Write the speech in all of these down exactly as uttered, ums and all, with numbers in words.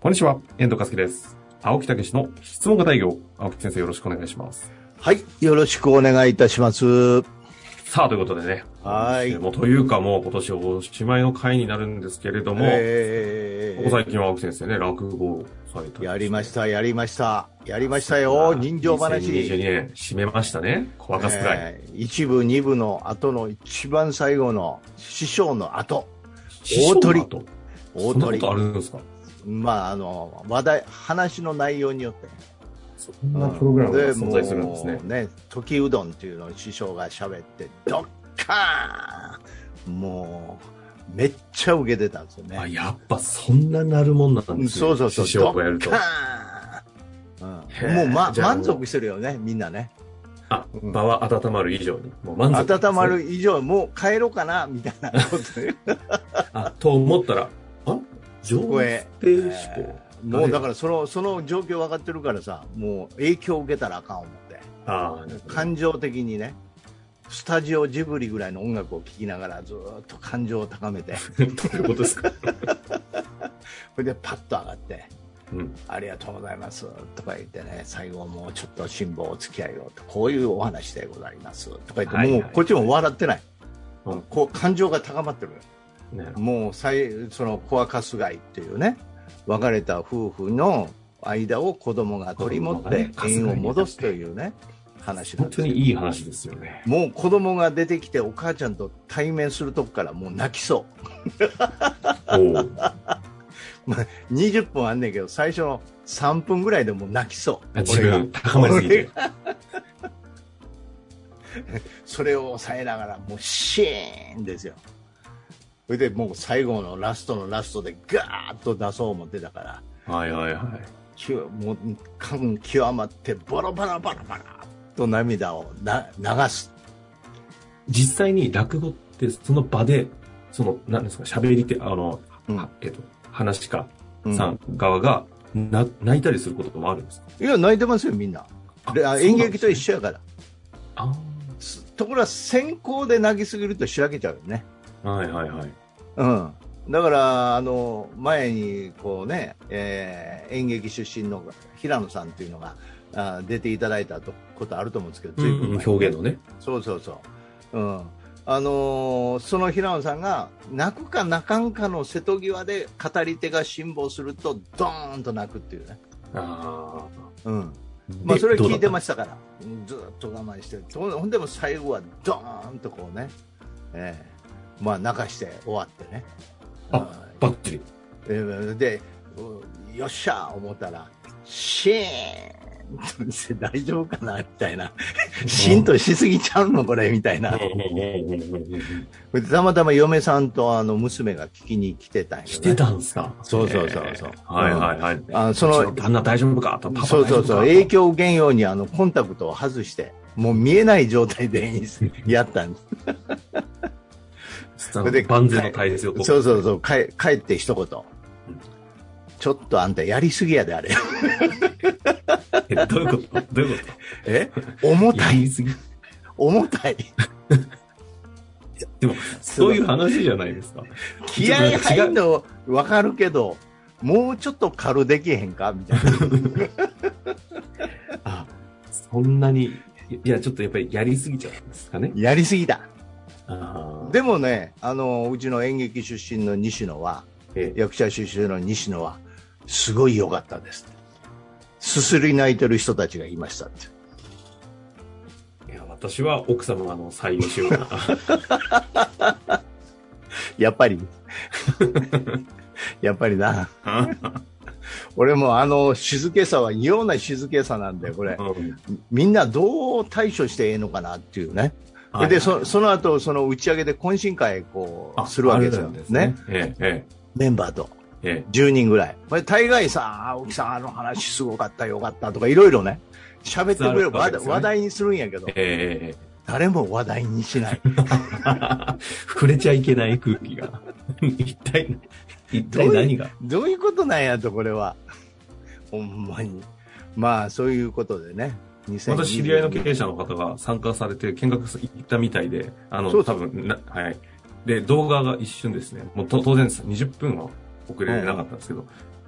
こんにちは、遠藤和樹です。青木武の質問型営業。青木先生、よろしくお願いします。 はい、よろしくお願いいたします。 さあ、ということでね。 はい。 もうというかもう今年おしまいの回になるんですけれども、えー、ここ最近は青木先生ね、落語された。 やりました、やりました。やりましたよ、人情話。 にせんにじゅうにねん、締めましたね。小若すくらい。 えー、一部、二部の後の一番最後の師匠の後。大鳥。大鳥。 そんなことあるんですか？ まあ、あの、話題、話の内容によって。 そんなプログラムが存在するんですね。 うん、ね、時うどんっていうのを師匠が喋って、ドッカーンもう、めっちゃ受けてたんですよね。 あ、やっぱそんななるもんなんですね。 そうそうそう。 師匠がやると。 ドッカーン、うん、もう、ま、満足してるよね、みんなね。 あ、場は温まる以上に。もう満足、 ね。温まる以上、もう帰ろうかな、みたいなことで。 あ、と思ったら、あ上へ定思考。 もうだからそのその状況分かってるからさ、もう影響を受けたらあかん思って、 あ感情的にね、スタジオジブリぐらいの音楽を聴きながらずっと感情を高めてどういうことですか？ それでパッと上がって、 うん、 ありがとうございますとか言ってね、最後もうちょっと辛抱お付き合いをと、こういうお話でございますとか言って、はいはい、もうこっちも笑ってない、うん、こう感情が高まってる。もう最そのコアカスガイっていうね、別れた夫婦の間を子供が取り持って縁を戻すというね話なんですよ。 本当にいい話ですよね。 もう子供が出てきてお母ちゃんと対面するとこからもう泣きそうおまあにじゅっぷんあんねんけど、最初のさんぷんぐらいでもう泣きそう。 自分高まりすぎてそれを抑えながらもうシーンですよ。それでもう最後のラストのラストでガーッと出そう思ってたから、 はいはいはい、 もう感極まってボロボロボロボロと涙をな流す。 実際に落語ってその場でその何ですか、喋り手あの、うん、えっと話し家さん側がな泣いたりすることもあるんですか？ いや泣いてますよみんな。で演劇と一緒やから。 あところが先行で泣きすぎるとしらけちゃうよね。 はいはいはい。 うん、だからあの前にこうね、えー、演劇出身の平野さんっていうのがあ出ていただいたことあると思うんですけど、 うんうん、表現のね。 そうそうそう、うん、あのー、その平野さんが泣くか泣かんかの瀬戸際で語り手が辛抱するとドーンと泣くっていうね。 あ、 うん、まあ、それ聞いてましたからずっと我慢してる。ほんでも最後はドーンとこうね、えーまあ、泣かして終わってね。 あ、バッチリ。で、よっしゃー思ったら、シーンって大丈夫かなみたいな。シーンとしすぎちゃうのこれみたいな。たまたま嫁さんとあの娘が聞きに来てたんよね。 来てたんですか？ そうそうそうそう。 はいはいはい。 あその旦那大丈夫かと。パパそうそうそう。影響を受けんようにあのコンタクトを外して、もう見えない状態でやったんです。 それで万全の体制をと。 そうそうそう、帰帰って一言、うん、ちょっとあんたやりすぎやであれ。 え、どういうことどういうことえ重たい。 やりすぎ重たい。 でもそういう話じゃないですか。 気合い入るの分かるけど、もうちょっと軽できへんかみたいな。 あ、そんなに、いやちょっとやっぱりやりすぎちゃうんですかね。 やりすぎだ。 あでもね、あのうちの演劇出身の西野は、ええ、役者出身の西野はすごい良かったですって。すすり泣いてる人たちがいましたって。 いや私は奥様があの採用しようかな。やっぱりやっぱりな。俺もあの静けさは異様な静けさなんで、これ、うん、みんなどう対処していいのかなっていうね。で、はいはい、そ, その後その打ち上げで懇親会こうするわけですよね。ね、 ええ、 メンバーと、ええ、じゅうにんぐらい。これ大概さ、青木さんあの話すごかったよかったとかいろいろね喋ってくれる、ね、話題にするんやけど、 ええ、 誰も話題にしない。 触れちゃいけない空気が一体一体何がどういう、どういうことなんやと、これはほんまに。まあそういうことでね、 私知り合いの経営者の方が参加されて見学行ったみたいで、あの、そうそう多分な、はい。で、動画が一瞬ですね、もう当然です。にじゅっぷんは遅れなかったんですけど、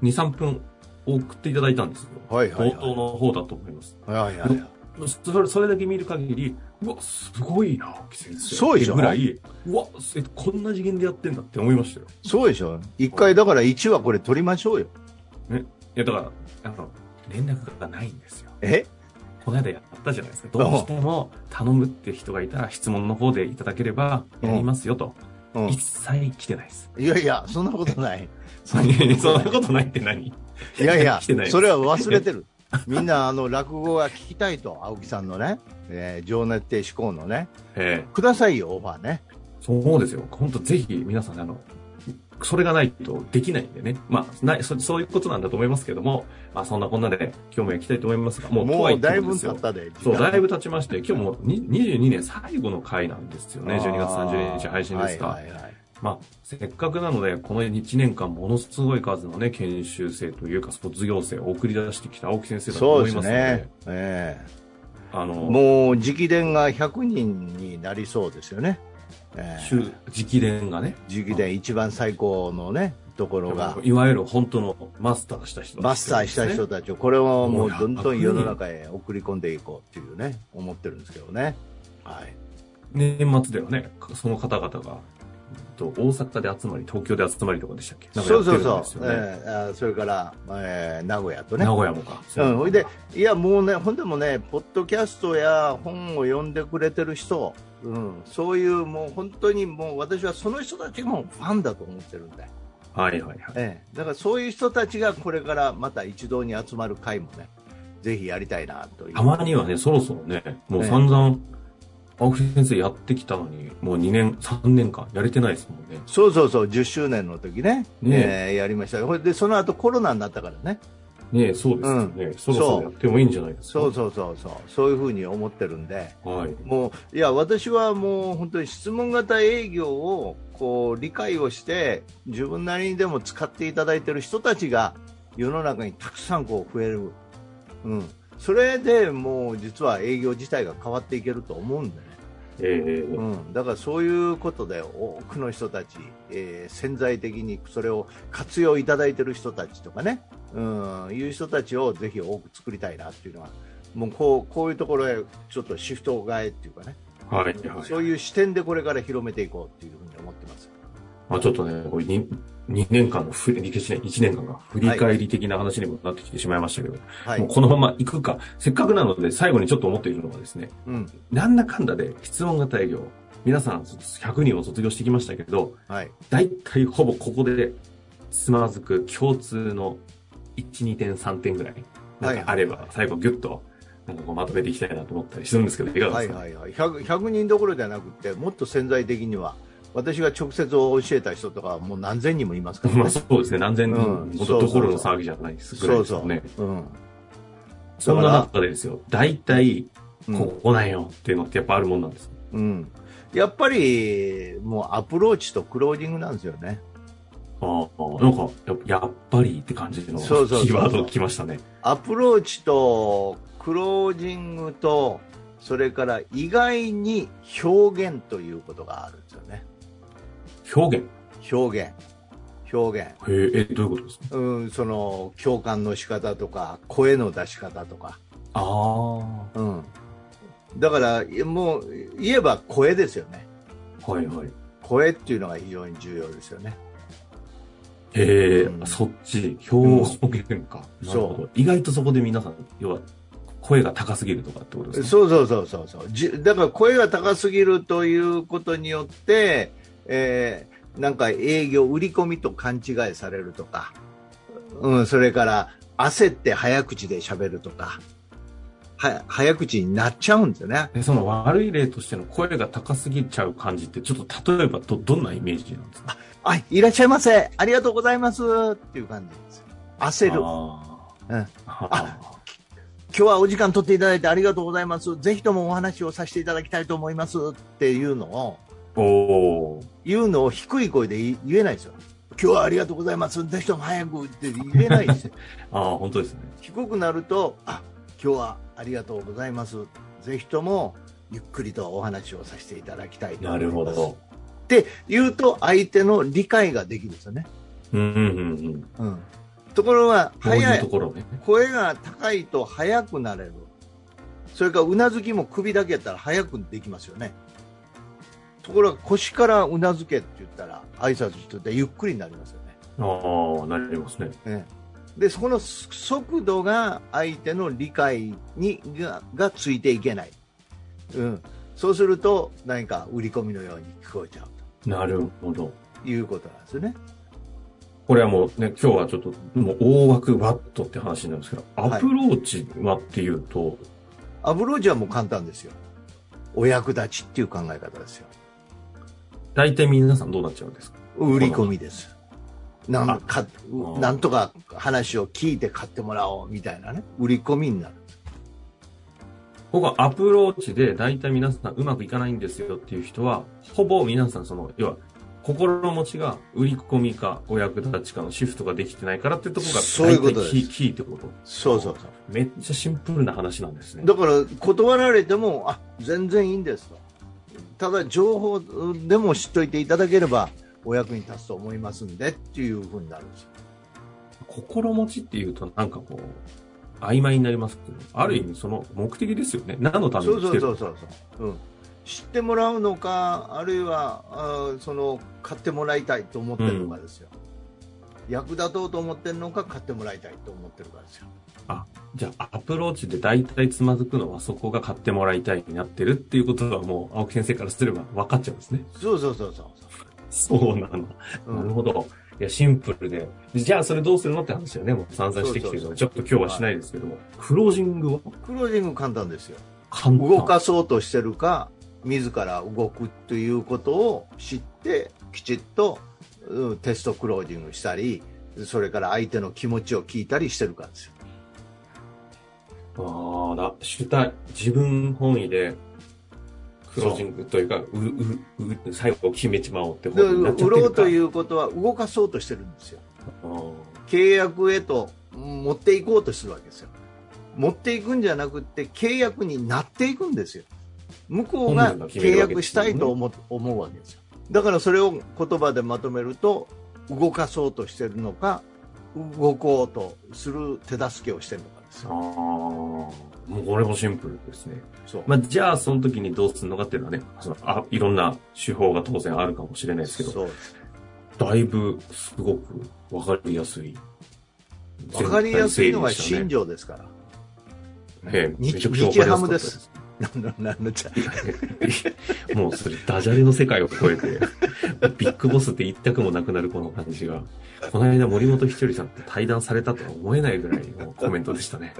に、さんぷん送っていただいたんですよ。 はいはいはい、 冒頭の方だと思います。 はいはいはい、 それ、それだけ見る限り、うわ、すごいな、青木先生。 そうでしょ。 ぐらい、うわ、え、こんな次元でやってんだって思いましたよ。 そうでしょ。一回だからいちわこれ取りましょうよ。 ね。いや、だから、あの、連絡がないんですよ。 えこの間やったじゃないですか。どうしても頼むって人がいたら質問の方でいただければやりますよと。うんうん、一切来てないです。 いやいや、そんなことない。 そんなことないって何？いやいや、それは忘れてる。みんなあの落語が聞きたいと、青木さんのね、えー、情熱亭志向のね、えー、くださいよ、オファーね。 そうですよ。本当ぜひ皆さん、あの、それがないとできないんでね。まあ、ない、そ、そういうことなんだと思いますけども、まあそんなこんなで今日も行きたいと思いますが、もう、 もうだいぶ経ったで。 そう、だいぶ経ちまして、今日もにじゅうにねん最後の回なんですよね。じゅうにがつさんじゅうににち配信ですが。はいはいはい、まあ、せっかくなので、このいちねんかんものすごい数のね、研修生というか卒業生を送り出してきた青木先生だと思いますので。そうですね。えー、あの、もう直伝がひゃくにんになりそうですよね。 えー、直伝がね。 直伝、一番最高のね、ところが。 いわゆる本当のマスターした人たち、ね。 マスターした人たちを、これをもうどんどん世の中へ送り込んでいこうっていうね、思ってるんですけどね。はい。 年末ではね、その方々が、大阪で集まり、東京で集まりとかでしたっけ？なんかやってるんですよね。 そうそうそう。えー、それから、えー、名古屋とね。 名古屋もか。 うん。ほいで、いや、もうね、ほんでもね、ポッドキャストや本を読んでくれてる人、うん、そういうもう本当にもう私はその人たちもファンだと思ってるんだよ。 はいはいはい。 ええ、だからそういう人たちがこれからまた一堂に集まる会もね、ぜひやりたいなという。 たまにはね、そろそろね、もう散々、青木先生やってきたのに、もうにねん、さんねんかんやれてないですもんね。 そうそうそう、じゅっしゅうねんの時ね、ねえー、やりました。で、その後コロナになったからね。 ねえ、そうですよね、うん。そろそろやってもいいんじゃないですか。 そうそうそうそう。そういうふうに思ってるんで。 はい。 もう、いや、私はもう本当に質問型営業を、こう、理解をして、自分なりにでも使っていただいている人たちが、世の中にたくさんこう増える。うん。それでもう、実は営業自体が変わっていけると思うんでね。えーうん、だからそういうことで多くの人たち、えー、潜在的にそれを活用いただいている人たちとかね、うん、いう人たちをぜひ多く作りたいなっていうのは、もうこう、こういうところへちょっとシフト替えっていうかね、はいはいはい、そういう視点でこれから広めていこうっていうふうに思ってます。 まあ、ちょっとね、これ 2, 2年間のふ、いちねんかんが振り返り的な話にもなってきてしまいましたけど、はい、もうこのまま行くか、せっかくなので最後にちょっと思っているのはですね、うん、なんだかんだで質問型営業、皆さんひゃくにんを卒業してきましたけど、はい、大体ほぼここでつまずく共通のいち、にてん、さんてんぐらいなんかあれば、最後ギュッとなんかこうまとめていきたいなと思ったりするんですけど、いかがですか？ はいはいはい。ひゃく, ひゃくにんどころじゃなくて、もっと潜在的には、私が直接教えた人とかもう何千人もいますからね。 まあそうですね、何千人、うん、どころの騒ぎじゃないですぐらいですよね。そうそう、うん、そんな中でですよ、大体、ここなんよっていうのってやっぱあるもんなんですか？ うん。やっぱり、もうアプローチとクロージングなんですよね。 ああ、なんかや、やっぱりって感じのキーワード来ましたね。 アプローチとクロージングと、それから意外に表現ということがあるんですよね。 表現表現。表現。 へえ、どういうことですか？ うん、その、共感の仕方とか、声の出し方とか。 ああ。 うん。だから、もう、言えば声ですよね。 はいはい。 声っていうのが非常に重要ですよね。 へえ、うん、そっち、表現か。うん、なるほど。意外とそこで皆さん、要は、声が高すぎるとかってことですか？ そうそうそうそうそう。じだから声が高すぎるということによって、えー、なんか営業、売り込みと勘違いされるとか、うん、それから焦って早口で喋るとか、は早口になっちゃうんですよね。 でその悪い例としての声が高すぎちゃう感じって、ちょっと例えば ど, どんなイメージなんですか？ あ、いらっしゃいませ。ありがとうございますっていう感じです。焦る。あ、うん、あ今日はお時間取っていただいてありがとうございます。ぜひともお話をさせていただきたいと思いますっていうのを、お言うのを低い声で言えないですよ。今日はありがとうございます。ぜひとも早くって言えないですよ。 ああ、本当ですね。 低くなると、あ、今日はありがとうございます。ぜひともゆっくりとお話をさせていただきたいと思います。なるほど。って言うと相手の理解ができるんですよね。うんうんうんうん。うん。 ところが早い、 ところね、 声が高いと速くなれる。それからうなずきも首だけやったら速くできますよね。ところが腰からうなずけって言ったら挨拶しててゆっくりになりますよね。 ああ、なりますね。 ね、でそこの速度が相手の理解に が, がついていけない、うん、そうすると何か売り込みのように聞こえちゃうと。なるほど。 いうことなんですよね。 これはもうね、今日はちょっともう大枠ワットって話になるんですけど、アプローチはっていうと、はい、 アプローチはもう簡単ですよ。お役立ちっていう考え方ですよ。 大体皆さんどうなっちゃうんですか？ 売り込みです。なんか、なんとか話を聞いて買ってもらおうみたいなね、売り込みになる。 ここはアプローチで大体皆さんうまくいかないんですよっていう人は、ほぼ皆さんその、要は心持ちが売り込みかお役立ちかのシフトができてないからっていうところが大体キー、キーってこと。 そうそうそう。 めっちゃシンプルな話なんですね。 だから断られても、あ、全然いいんですと。ただ情報でも知っといていただければお役に立つと思いますんでっていうふうになるんですよ。 心持ちっていうとなんかこう曖昧になりますけど、ある意味その目的ですよね。何のために来てるのか。 そうそうそうそう、うん、知ってもらうのか、あるいはあその買ってもらいたいと思ってるのかですよ、うん、役立とうと思ってるのか買ってもらいたいと思ってるかですよ。 あ、じゃあアプローチで大体つまずくのはそこが買ってもらいたいになってるっていうことはもう青木先生からすれば分かっちゃうんですね。 そうそうそうそうそうなんだ、うん、なるほど。いやシンプルで、じゃあそれどうするのって話はね、もう散々してきてるのでちょっと今日はしないですけども、はい、クロージングはクロージング簡単ですよ。 簡単。 動かそうとしてるか自ら動くということを知ってきちっと、うん、テストクロージングしたり、それから相手の気持ちを聞いたりしてるかですよ。 ああ、だ、主体、自分本位で、クロージングというか、う、う、う、最後決めちまおうってことになっちゃってるか。 売ろうということは動かそうとしてるんですよ。契約へと持っていこうとするわけですよ。持っていくんじゃなくて、契約になっていくんですよ。向こうが契約したいと思う、思うわけですよ。だからそれを言葉でまとめると、動かそうとしてるのか、動こうとする手助けをしてるのかですよ。 ああ、もうこれもシンプルですね。そう。まあ、じゃあその時にどうするのかっていうのはね、そのあいろんな手法が当然あるかもしれないですけど、そうです。だいぶすごくわかりやすい。 わかりやすいのは新庄ですから。 ええ、 日ハムです。なんのちゃもうそれダジャレの世界を超えてビッグボスって言いたくもなくなるこの感じが、この間森本ひとりさんと対談されたとは思えないぐらいのコメントでしたね。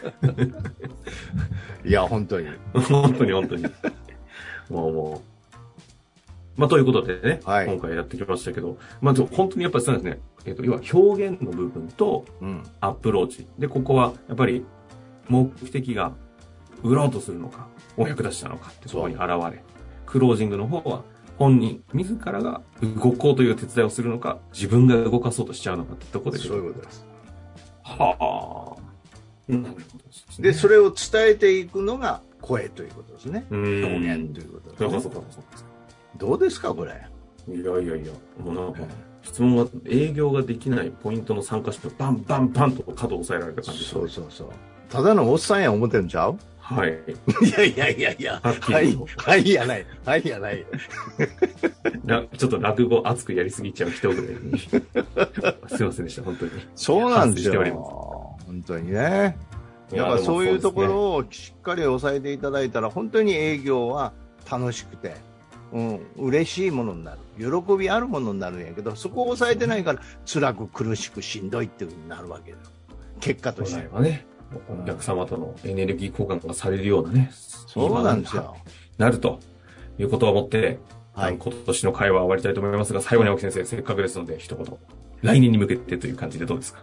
いや本当に本当に本当にもうもうまあということでね、はい、今回やってきましたけど、まあ本当にやっぱりそうですね、えっと要は表現の部分とアプローチ、うん、でここはやっぱり目的が売ろうとするのか、お役立ちなのかってそこに現れ、クロージングの方は本人自らが動こうという手伝いをするのか、自分が動かそうとしちゃうのかってところで。 そういうことです。 はあ。なるほどですね。 で、それを伝えていくのが声ということですね。表現ということですね。 そうそうそうそう。 どうですかこれ。 いやいやいや、もうなんか、質問が営業ができないポイントのさん箇所とバンバンバンと角を押さえられた感じです、ね。 そうそうそう。ただのおっさんや思ってるんちゃう？ はい。 いやいやいやいや。はい。はいやない。はいやない。 ちょっと落語熱くやりすぎちゃう人ぐらいに。すいませんでした、本当に。 そうなんですよ。本当にね。やっぱそういうところをしっかり抑えていただいたら、本当に営業は楽しくて、うん、嬉しいものになる。喜びあるものになるんやけど、そこを抑えてないから、辛く苦しくしんどいっていう風になるわけだ。結果としてはね。 お客様とのエネルギー交換がされるようなね。 そうなんですよ。 なるということを思って、はい、今年の会話を終わりたいと思いますが、最後に青木先生、せっかくですので一言。来年に向けてという感じでどうですか？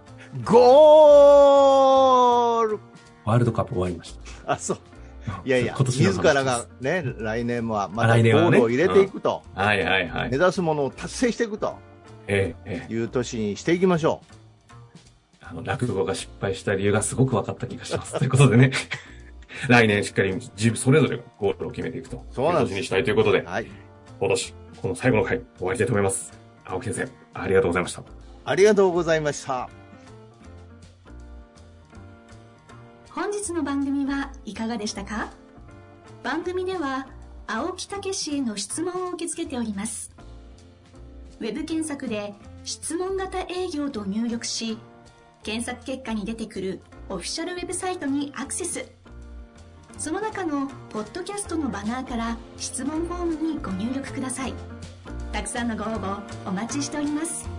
ゴールワールドカップ終わりました。 あ、そう。いやいや、自らがね、来年はまたゴールを入れていくと。 ね、うん、はいはいはい。 目指すものを達成していくと。ええ。いう年にしていきましょう。 あの、落語が失敗した理由がすごく分かった気がします。ということでね、来年しっかり自分それぞれがゴールを決めていくと。そうなんです。年にしたいということで、はい。今年、この最後の回、終わりたいと思います。青木先生、ありがとうございました。 ありがとうございました。 日の番組はいかがでしたか？番組では青木武氏への質問を受け付けております。ウェブ検索で質問型営業と入力し、検索結果に出てくるオフィシャルウェブサイトにアクセス。その中のポッドキャストのバナーから質問フォームにご入力ください。たくさんのご応募お待ちしております。